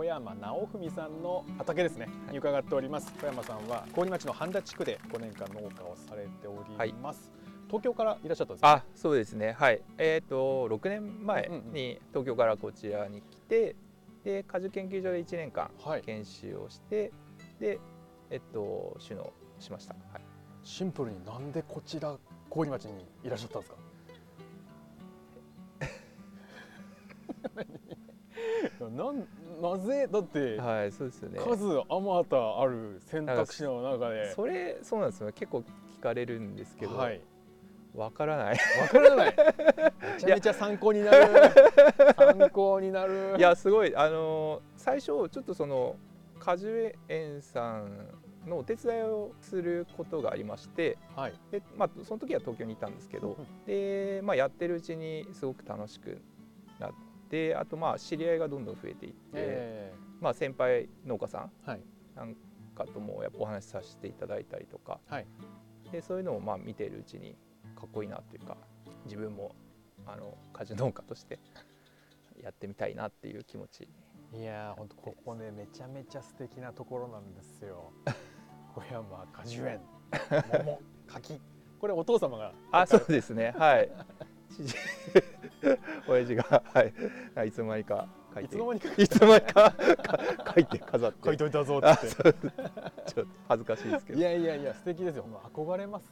山直文さんの畑ですね、に伺っております。小山さんは郡町の半田地区で5年間農家をされております。東京からいらっしゃったんですか？ そうですね。はい。6年前に東京からこちらに来て、で果樹研究所で1年間研修をして、で収納しました。はい。 シンプルになんでこちら郡町にいらっしゃったんですか？なぜだって、 はい、そうですよね。 数あまたある選択肢の中で、 そうなんですよ。結構聞かれるんですけど、 はい、 わからない。 わからない。めちゃめちゃ参考になる。参考になる。 いやすごい最初ちょっとその果樹園さんのお手伝いをすることがありまして、 はい、 でその時は東京にいたんですけど、でやってるうちにすごく楽しくなって、あと知り合いがどんどん増えていって、先輩農家さんなんかともやっぱお話しさせていただいたりとか、 はい、 でそういうのを見ているうちにかっこいいなというか、自分も果樹農家としてやってみたいなっていう気持ち。 いやー、本当ここね、めちゃめちゃ素敵なところなんですよ。小山果樹園、桃、柿。これお父様が。 そうですね。はい。親父が、はい、いつの間にか書いて、いつの間にか書いて飾って、 書いといたぞって。ちょっと恥ずかしいですけど。 いやいやいや、素敵ですよ。憧れます。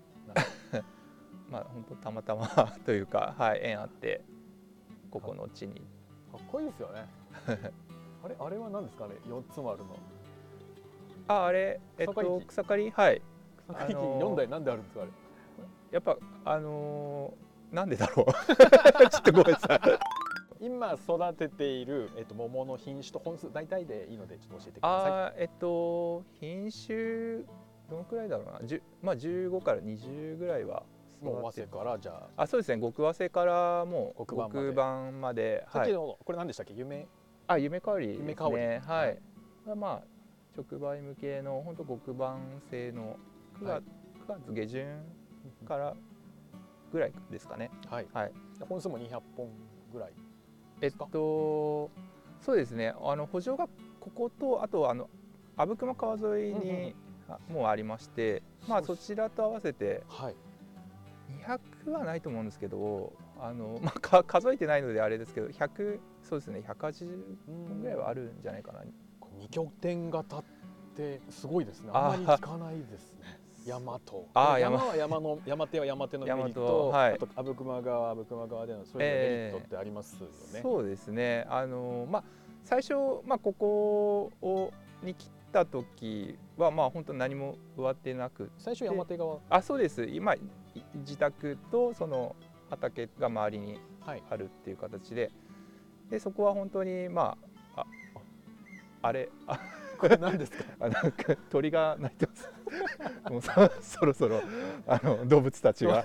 本当たまたまというか、はい、縁あってここの地に。 かっこいいですよね。あれは何ですかね、4つもあるの。 あれ草刈り、はい。 草刈り機4台なんであるんですかあれ。 やっぱなんでだろう。ちょっとごめんなさい。 今育てている桃の品種と本数大体でいいのでちょっと教えてください。 品種どのくらいだろうな。15から20ぐらいは。 もう早生からじゃあ。そうですね。極早生からもう極晩まで。 さっきのこれ何でしたっけ？夢香りですね。はい。直売向けの本当極晩生の9月下旬からぐらいですかね。 はい。本数も200本ぐらい。 そうですね。圃場がこことあと阿武隈川沿いにもうありまして、そちらと合わせて200はないと思うんですけど、数えてないのであれですけど、そうですね、180本ぐらいはあるんじゃないかな。 2拠点型ってすごいですね。あんまり聞かないですね。山と山は山手は山手のメリット、あと阿武隈川でのそれぞれメリットってありますよね。 そうですね。最初ここに来た時は本当何も植わってなく、 最初山手側。 そうです。今自宅とその畑が周りにあるっていう形で、そこは本当にこれ何ですか？ なんか鳥が鳴いてます。もうそろそろ動物たちが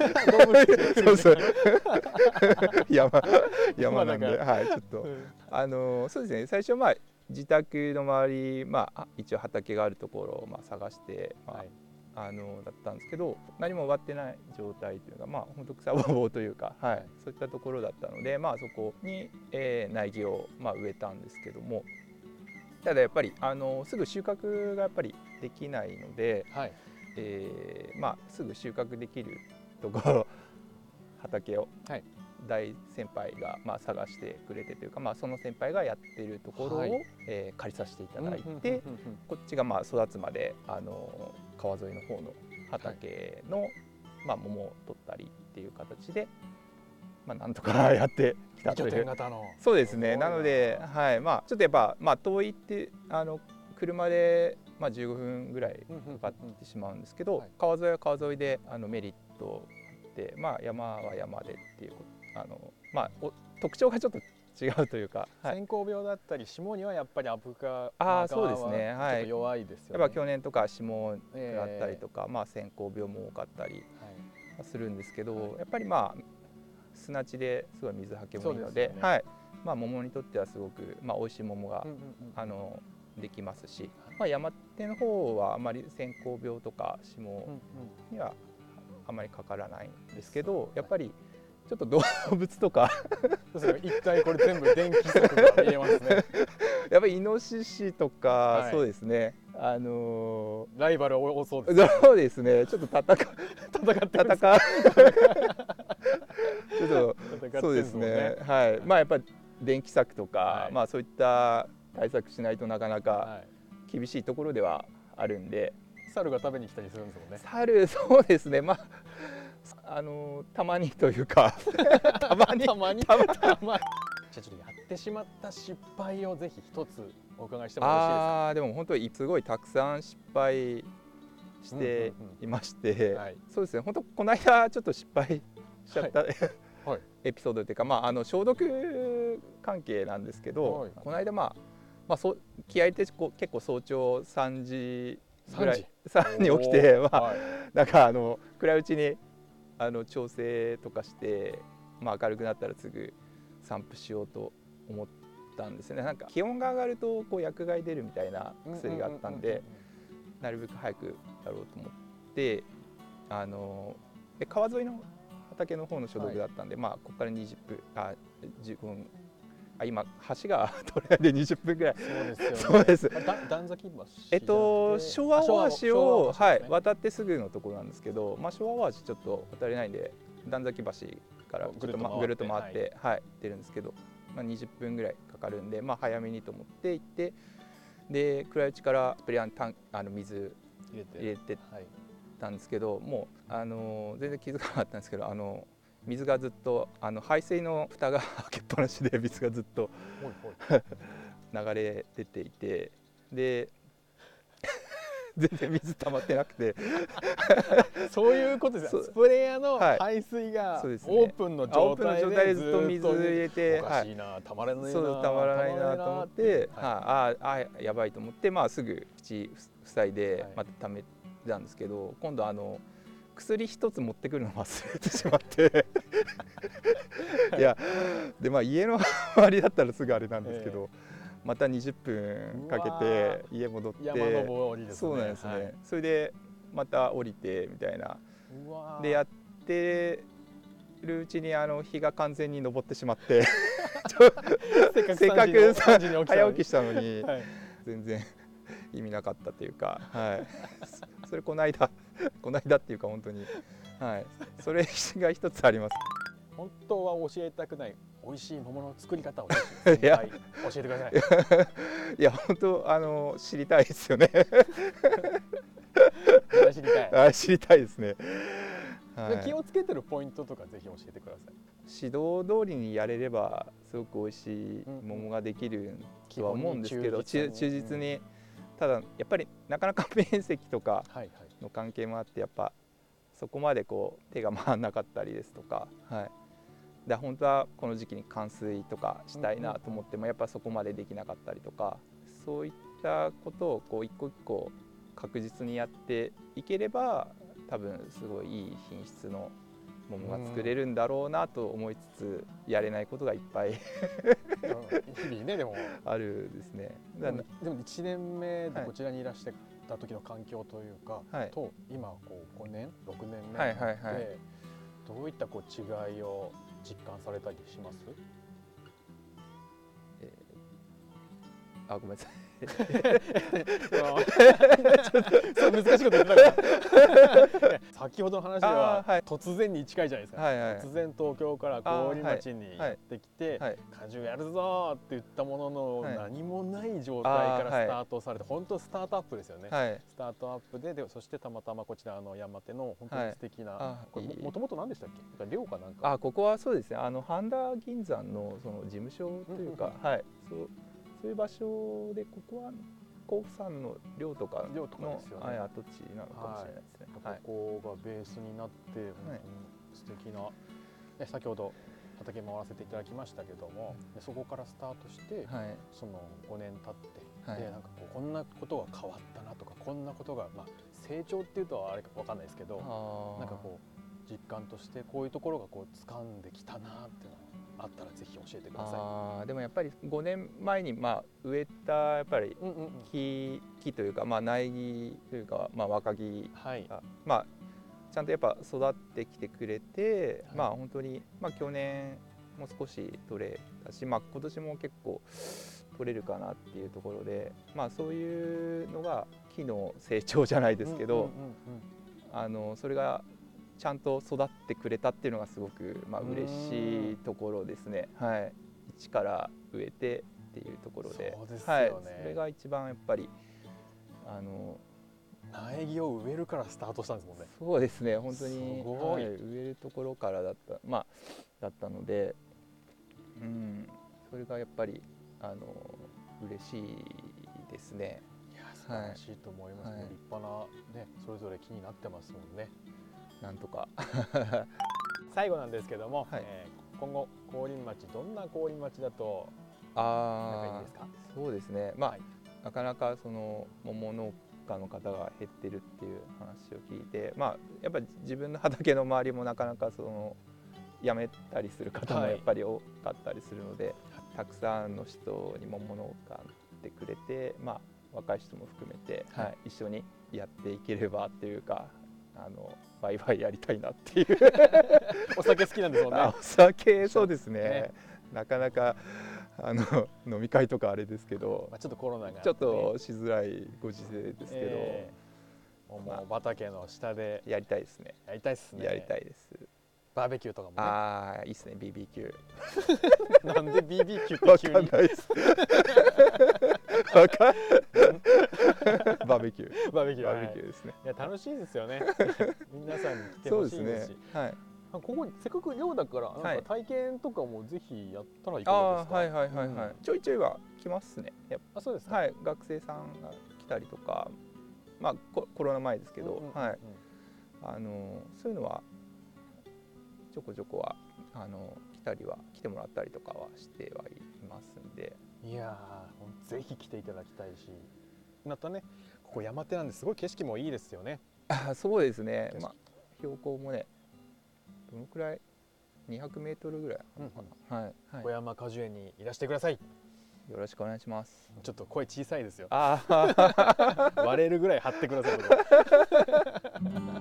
山なんで、はい、ちょっとそうですね。最初自宅の周り一応畑があるところを探してだったんですけど、何も植わってない状態というか本当草ぼうぼうというか、そういったところだったのでそこに苗木を植えたんですけども。ただやっぱりすぐ収穫がやっぱりできないので、すぐ収穫できるところ畑を大先輩が探してくれてというか、その先輩がやっているところを借りさせていただいて、こっちが育つまで川沿いの方の畑の桃を取ったりっていう形で。なんとかやってきたという。そうですね。なので、ちょっとやっぱ遠いって車で15分ぐらいかかってしまうんですけど、川沿いは川沿いでメリットで、山は山でっていう特徴がちょっと違うというか、 先行病だったり霜にはやっぱり阿武隈川はちょっと弱いですよね。 やっぱ去年とか霜があったりとか、先行病も多かったりするんですけど、やっぱり砂地ですごい水はけもいいので、桃にとってはすごく美味しい桃ができますし、山手の方はあまり先行病とか霜にはあまりかからないんですけど、やっぱりちょっと動物とか一体これ全部電気柵が見えますねやっぱりイノシシとか、はい、そうですね、 ライバル多そうですね。 そうですね、ちょっと戦ってちょっとそうですね、はい、まあやっぱり電気柵とか、はい、まあそういった対策しないとなかなか厳しいところではあるんで、 猿が食べに来たりするんですもんね。 猿、そうですね、まあたまにというかたまにじゃあちょっとやってしまった失敗をぜひ一つお伺いしてもよろしいですか。 でも本当にすごいたくさん失敗していまして、そうですね、本当この間ちょっと失敗しちゃった、はいはい、エピソードというか、まあ、消毒関係なんですけど、はい、この間、まあ、気合いって結構早朝3時ぐらいに起きて、まあはい、なんか暗いうちに調整とかして、まあ、明るくなったらすぐ散布しようと思ったんですよね。なんか気温が上がるとこう薬害出るみたいな薬があったんで、なるべく早くやろうと思って川沿いの畑の方の所属だったんで、はい、まあここから20分15分今橋が取れないで20分ぐらい。 そうですよね。 そうです。 段崎橋。 昭和大橋を、はい、渡ってすぐのところなんですけど、まあ昭和大橋ちょっと渡れないんで段崎橋からちょっとぐるっと回って、はい、出るんですけど、まあ20分ぐらいかかるんで、まあ早めにと思って行って、で暗いうちからスプレー水入れてたんですけど、もう全然気づかなかったんですけど、水がずっと排水の蓋が開けっぱなしで水がずっと流れ出ていて、で全然水溜まってなくてそういうことですよ。スプレーヤーの排水がオープンの状態でずっと水入れて、おかしいな、たまらないな、 そうたまらないなと思って、やばいと思って、まあすぐ口塞いでまた溜めたんですけど、今度薬一つ持ってくるの忘れてしまっていやで、まあ家の周りだったらすぐあれなんですけど、また20分かけて家戻って、 山登りですね。 そうなんですね、はい、それでまた降りてみたいなでやってるうちに日が完全に昇ってしまってせっかく早起きしたのに、はい、全然意味なかったというか、はい、それこの間っていうか本当に、はい、それが一つあります。 本当は教えたくない美味しい桃の作り方を教えてください。 いや本当知りたいですよね知りたいですね。 はい、気をつけてるポイントとかぜひ教えてください。 指導通りにやれればすごく美味しい桃ができるとは思うんですけど、忠実に、ただやっぱりなかなか面積とかの関係もあって、やっぱそこまでこう手が回らなかったりですとか、はい、で本当はこの時期に冠水とかしたいなと思ってもやっぱそこまでできなかったりとか、そういったことをこう一個一個確実にやっていければ多分すごいいい品質の桃が作れるんだろうなと思いつつ、やれないことがいっぱい日々ね、でもあるですね。 でも1年目でこちらにいらしてた時の環境というか、はい、と今こう5年6年目でどういったこう違いを実感されたりします？ ごめんなさいそう難しいこと言ってたから先ほどの話では突然に近いじゃないですか、はいはい、突然東京から郡町にやってきて、はいはい、果樹やるぞって言ったものの、はい、何もない状態からスタートされて、本当スタートアップですよね、はい、スタートアップでそしてたまたまこちらの山手の本当に素敵な、はい、もともと何でしたっけ、寮かなんか。 ここはそうですね、半田銀山のその事務所というか、はい、そういう場所で、ここは甲府山の寮とかの跡地なのかもしれないですね。 はい、ここがベースになって本当に素敵な、先ほど畑回らせていただきましたけども、そこからスタートして、はい、その5年経って、はい、でなんかこんなことが変わったなとか、こんなことが、成長っていうとあれか分かんないですけど、なんかこう実感としてこういうところがこう掴んできたなっていうのはあったらぜひ教えてください。 でもやっぱり5年前に植えたやっぱり木というか、苗木というか、若木が、 ちゃんとやっぱ育ってきてくれて、まあ本当に、まあ、去年も少し取れたし、まあ、今年も結構取れるかなっていうところで、まあ、そういうのが木の成長じゃないですけど、それがちゃんと育ってくれたっていうのがすごく、まあ、嬉しいところですね。はい、一から植えてっていうところで、 そうですよね。 はい、それが一番やっぱり苗木を植えるからスタートしたんですもんね。 そうですね、本当に、 はい、 植えるところからだったので、それがやっぱり嬉しいですね。 いや素晴らしいと思います、はい、立派なねそれぞれ木になってますもんね。 なんとか最後なんですけども、はい、今後光林町どんな光林町だといいですか？ そうですね、まあ、はい、なかなかその桃農家の方が減ってるっていう話を聞いて、まあ、やっぱり自分の畑の周りもなかなかその辞めたりする方もやっぱり多かったりするので、はい、たくさんの人に桃農家にってくれて、まあ、若い人も含めて、はい、一緒にやっていければっていうかバイバイやりたいなっていうお酒好きなんですもんね。 お酒そうですね、なかなか飲み会とかあれですけど、 ちょっとコロナが、ね、 ちょっとしづらいご時世ですけど、 もう畑の下でやりたいですね。 やりたいですね。 やりたいです。 バーベキューとかもね。 ああ、いいですね、BBQ。 なんで BBQ って急に？ わかんないです。わかんバーベキュー。 バーベキュー。 バーベキューですね。 いや楽しいですよね。皆さんに来てほしいですし。 はい。 ここせっかく寮だからなんか体験とかもぜひやったらいかがですか？ はいはいはいはい。ちょいちょいは来ますね。 あ、そうですか。 はい、学生さんが来たりとか、まあコロナ前ですけど、はい。そういうのはちょこちょこは来てもらったりとかはしてはいますんで。 いやー、ぜひ来ていただきたいし、またね、ここ山手なんですごい景色もいいですよね。 そうですね。まあ標高もね、どのくらい200メートルぐらいあるのかな。はい。 小山果樹園にいらしてください。 よろしくお願いします。 ちょっと声小さいですよ。 割れるぐらい張ってください。